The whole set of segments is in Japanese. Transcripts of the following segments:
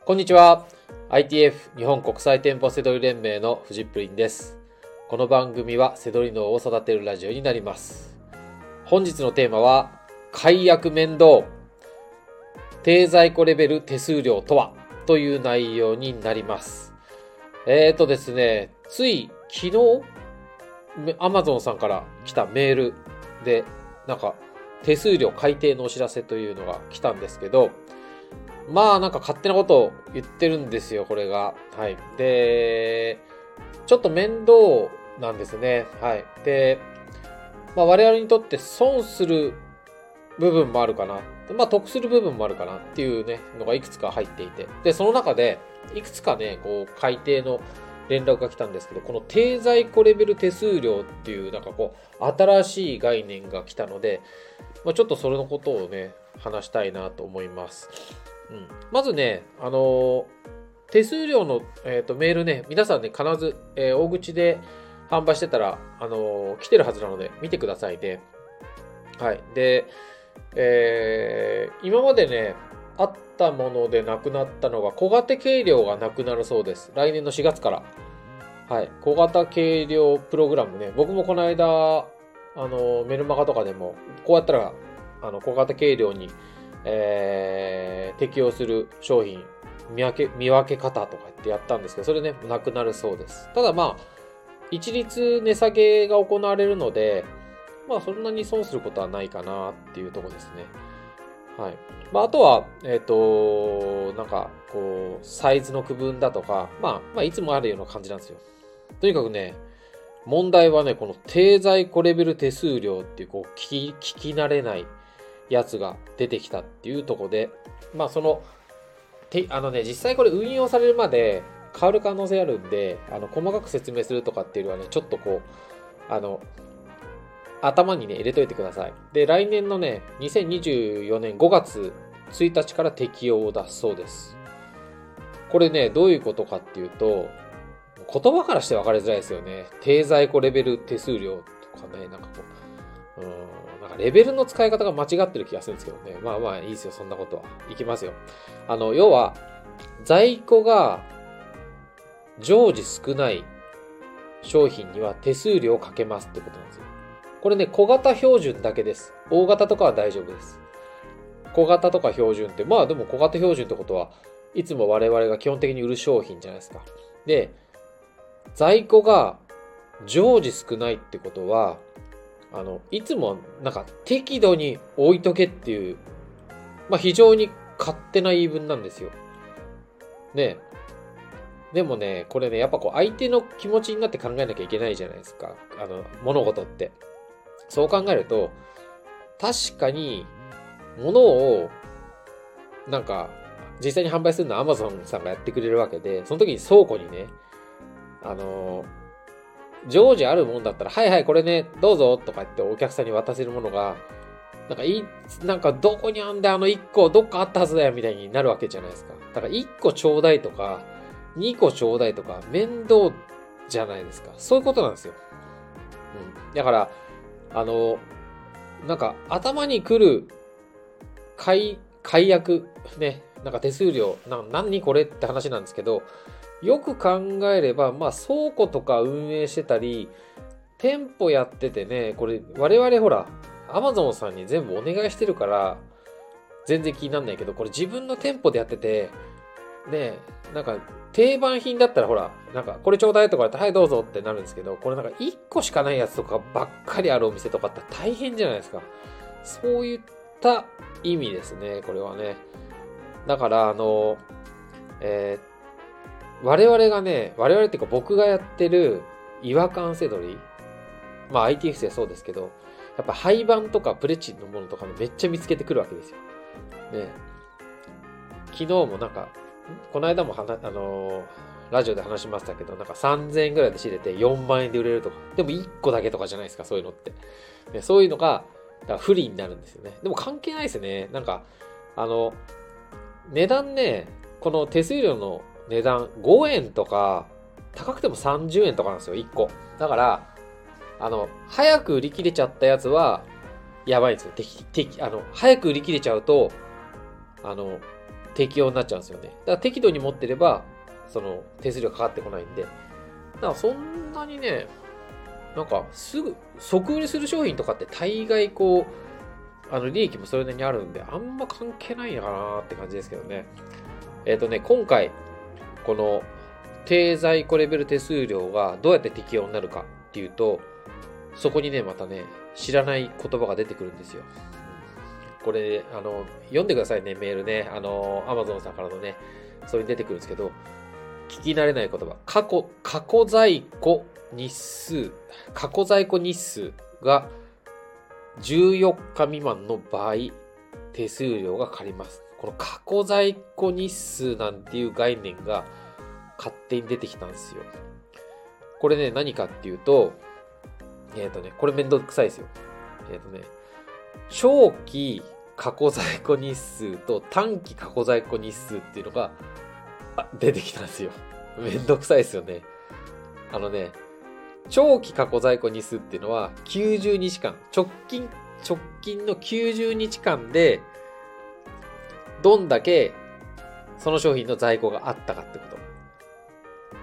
こんにちは。ITF 日本国際店舗セドリ連盟のフジップリンです。この番組はセドリ脳を育てるラジオになります。本日のテーマは解約面倒低在庫レベル手数料とはという内容になります。ですね、つい昨日 Amazon さんから来たメールで手数料改定のお知らせというのが来たんですけど、勝手なことを言ってるんですよ、これが。はい。で、ちょっと面倒なんですね。はい。で、我々にとって損する部分もあるかな。得する部分もあるかなっていうね、のがいくつか入っていて。で、その中で、いくつかね、改定の連絡が来たんですけど、この低在庫レベル手数料っていう、新しい概念が来たので、ちょっとそれのことをね、話したいなと思います。まずね、手数料の、メールね、皆さんね、必ず、大口で販売してたら、来てるはずなので、見てくださいね。はい。で、今までね、あったものでなくなったのが、小型計量がなくなるそうです。来年の4月から。はい。小型計量プログラムね、僕もこの間、メルマガとかでも、こうやったら、小型計量に、適用する商品見分け方とかってやったんですけど、それね、なくなるそうです。ただ一律値下げが行われるので、そんなに損することはないかなっていうところですね。はい。あとは、サイズの区分だとか、いつもあるような感じなんですよ。とにかくね、問題はね、この低在庫レベル手数料っていう、聞き慣れないやつが出てきたっていうところで、実際これ運用されるまで変わる可能性あるんで、細かく説明するとかっていうのはね、ちょっと頭にね、入れといてください。で、来年のね、2024年5月1日から適用を出すそうです。これね、どういうことかっていうと、言葉からして分かりづらいですよね。低在庫レベル手数料とかね、レベルの使い方が間違ってる気がするんですけどね。いいですよ、そんなことは。いきますよ。要は、在庫が常時少ない商品には手数料をかけますってことなんですよ。これね、小型標準だけです。大型とかは大丈夫です。小型とか標準って、でも小型標準ってことは、いつも我々が基本的に売る商品じゃないですか。で、在庫が常時少ないってことは、いつも適度に置いとけっていう、非常に勝手な言い分なんですよ。ね。でもね、これね、やっぱ相手の気持ちになって考えなきゃいけないじゃないですか。物事って。そう考えると、確かに、物を、実際に販売するのは Amazon さんがやってくれるわけで、その時に倉庫にね、常時あるもんだったら、はいはい、これね、どうぞとか言ってお客さんに渡せるものが、どこにあんだよ、1個、どっかあったはずだよ、みたいになるわけじゃないですか。だから1個ちょうだいとか、2個ちょうだいとか、面倒じゃないですか。そういうことなんですよ。だから、頭に来る、解約、ね、手数料、何これって話なんですけど、よく考えれば、倉庫とか運営してたり、店舗やっててね、これ、我々ほら、Amazon さんに全部お願いしてるから、全然気になんないけど、これ自分の店舗でやってて、ね、定番品だったらほら、これちょうだいとか言って、はいどうぞってなるんですけど、これ1個しかないやつとかばっかりあるお店とかって大変じゃないですか。そういった意味ですね、これはね。だから、我々っていうか僕がやってる違和感せどり、ITF でそうですけど、やっぱ廃盤とかプレチンのものとかめっちゃ見つけてくるわけですよ。ね。昨日もこの間もラジオで話しましたけど、3000円ぐらいで仕入れて4万円で売れるとか。でも1個だけとかじゃないですか、そういうのって。ね、そういうのが、不利になるんですよね。でも関係ないですね。値段ね、この手数料の値段5円とか、高くても30円とかなんですよ、1個。だから、早く売り切れちゃったやつは、やばいんですよ。早く売り切れちゃうと、 適用になっちゃうんですよね。だから適度に持ってれば、その手数料かかってこないんで。だからそんなにね、なんかすぐ即売りする商品とかって大概こう、利益もそれなりにあるんで、あんま関係ないのかなって感じですけどね。今回、この低在庫レベル手数料がどうやって適用になるかっていうと、そこにね、またね、知らない言葉が出てくるんですよ。これ、読んでくださいね、メールね。Amazon さんからのね、それに出てくるんですけど、聞き慣れない言葉。過去在庫日数が14日未満の場合、手数料がかかります。この過去在庫日数なんていう概念が勝手に出てきたんですよ。これね、何かっていうと、これめんどくさいですよ。長期過去在庫日数と短期過去在庫日数っていうのが出てきたんですよ。めんどくさいですよね。長期過去在庫日数っていうのは90日間、直近の90日間でどんだけその商品の在庫があったかってこと。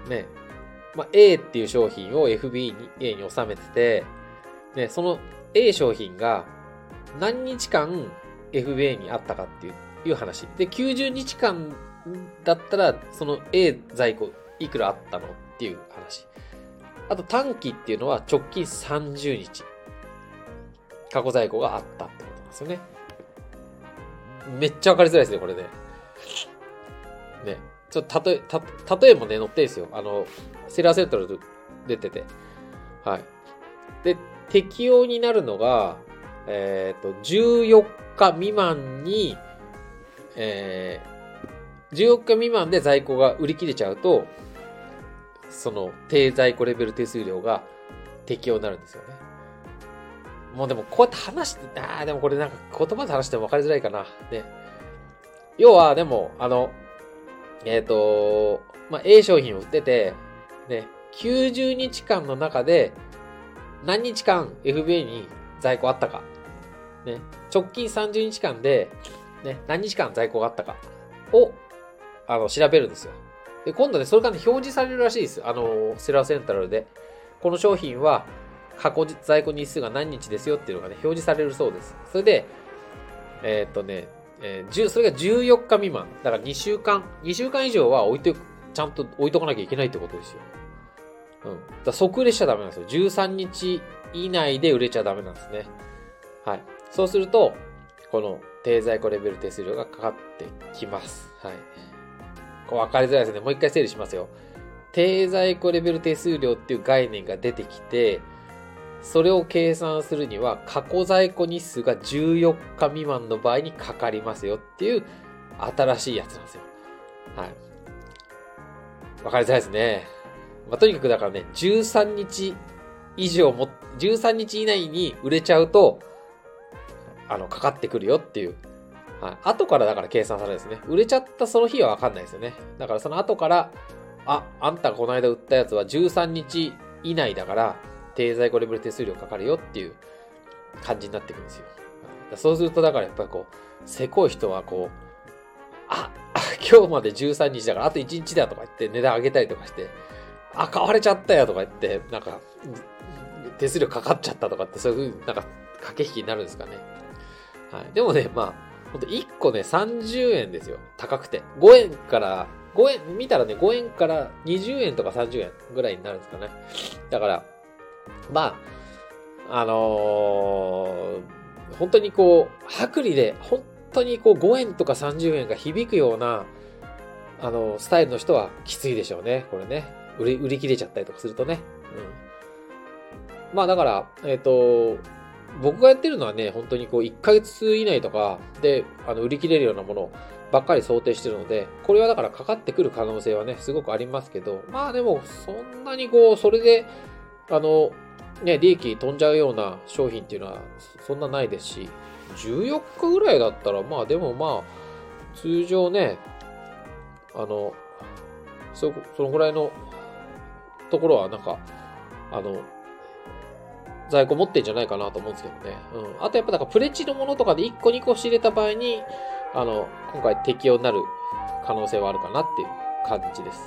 ね。A っていう商品を FBA に収めてて、ね、その A 商品が何日間 FBA にあったかっていう話。で、90日間だったら、その A 在庫いくらあったのっていう話。あと短期っていうのは直近30日。過去在庫があったってことなんですよね。めっちゃわかりづらいですね、これね。ね。ちょっと例えもね、載ってるんですよ。セラーセントラル出てて。はい。で、適用になるのが、14日未満に、14日未満で在庫が売り切れちゃうと、その低在庫レベル手数料が適用になるんですよね。もうでもこうやって話して、でもこれなんか言葉で話しても分かりづらいかな。ね。要はでも、A 商品を売ってて、ね、90日間の中で何日間 FBA に在庫あったか。ね、直近30日間で、ね、何日間在庫があったかを、調べるんですよ。で、今度ね、それがね、表示されるらしいです。セラーセントラルで。この商品は、過去在庫日数が何日ですよっていうのがね、表示されるそうです。それで、それが14日未満。だから2週間以上はちゃんと置いとかなきゃいけないってことですよ。だ即売れしちゃダメなんですよ。13日以内で売れちゃダメなんですね。はい。そうすると、この低在庫レベル手数料がかかってきます。はい。これ分かりづらいですね。もう一回整理しますよ。低在庫レベル手数料っていう概念が出てきて、それを計算するには過去在庫日数が14日未満の場合にかかりますよっていう新しいやつなんですよ。はい。分かりづらいですね。とにかくだからね、13日以内に売れちゃうと、かかってくるよっていう。はい。後からだから計算されるんですね。売れちゃったその日はわかんないですよね。だからその後から、あんたがこの間売ったやつは13日以内だから、低在庫レベル手数料かかるよっていう感じになってくるんですよ。そうするとだからやっぱりこう、せこい人はこう、今日まで13日だからあと1日だとか言って値段上げたりとかして、買われちゃったよとか言って、なんか、手数料かかっちゃったとかって、そういう風になんか駆け引きになるんですかね。はい。でもね、ほんと1個ね、30円ですよ。高くて。5円、見たらね、5円から20円とか30円ぐらいになるんですかね。だから、本当にこう、薄利で、本当にこう5円とか30円が響くような、スタイルの人はきついでしょうね。これね。売り切れちゃったりとかするとね。だから、僕がやってるのはね、本当にこう1ヶ月以内とかで、売り切れるようなものばっかり想定してるので、これはだからかかってくる可能性はね、すごくありますけど、でも、そんなにこう、それで、利益飛んじゃうような商品っていうのは、そんなないですし、14日ぐらいだったら、でも通常ね、そのぐらいのところはなんか、在庫持ってんじゃないかなと思うんですけどね。あとやっぱプレチのものとかで1個2個仕入れた場合に、今回適用になる可能性はあるかなっていう感じです。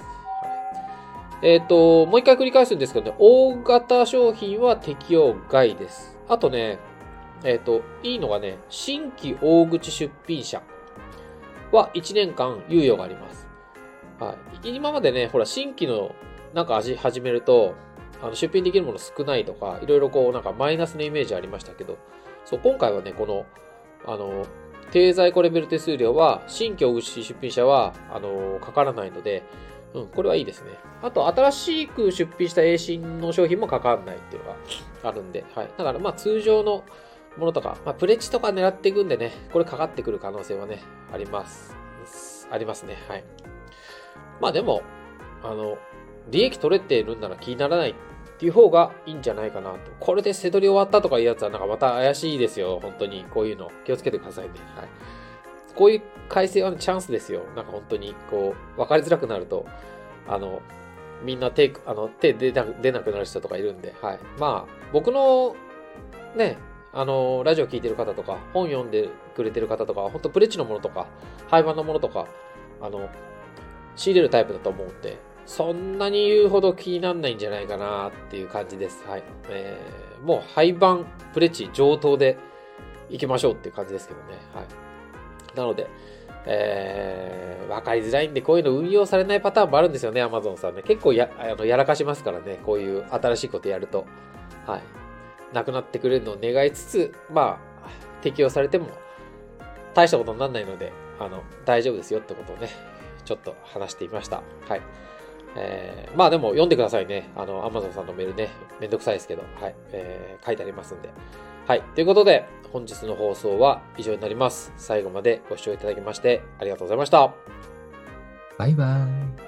もう一回繰り返すんですけどね、大型商品は適用外です。あとね、いいのがね、新規大口出品者は1年間猶予があります。はい。今までね、ほら、新規のなんか始めると、出品できるもの少ないとか、いろいろこう、なんかマイナスのイメージありましたけど、そう、今回はね、この、低在庫レベル手数料は、新規大口出品者は、かからないので、これはいいですね。あと、新しく出品した A 新の商品もかからないっていうのがあるんで、はい。だから、まあ、通常のものとか、まあ、プレッチとか狙っていくんでね、これかかってくる可能性はね、あります。ありますね。はい。まあでも、利益取れてるんなら気にならないっていう方がいいんじゃないかなと。これで背取り終わったとかいうやつはなんかまた怪しいですよ。本当に。こういうの。気をつけてくださいね。はい。こういう改正はチャンスですよ。なんか本当に、こう、分かりづらくなると、みんな手出なくなる人とかいるんで、はい。まあ、僕の、ね、ラジオ聞いてる方とか、本読んでくれてる方とか、本当プレッチのものとか、廃盤のものとか、仕入れるタイプだと思うんで、そんなに言うほど気にならないんじゃないかなっていう感じです。はい。もう廃盤、プレッチ、上等で行きましょうっていう感じですけどね。はい。なので、わかりづらいんで、こういうの運用されないパターンもあるんですよね、Amazon さんね。結構やらかしますからね、こういう新しいことやると。はい。なくなってくれるのを願いつつ、まあ、適用されても大したことにならないので、大丈夫ですよってことをね、ちょっと話してみました。はい。まあでも読んでくださいね。Amazon さんのメールね、めんどくさいですけど、はい。書いてありますんで。はい。ということで、本日の放送は以上になります。最後までご視聴いただきましてありがとうございました。 バイバイ。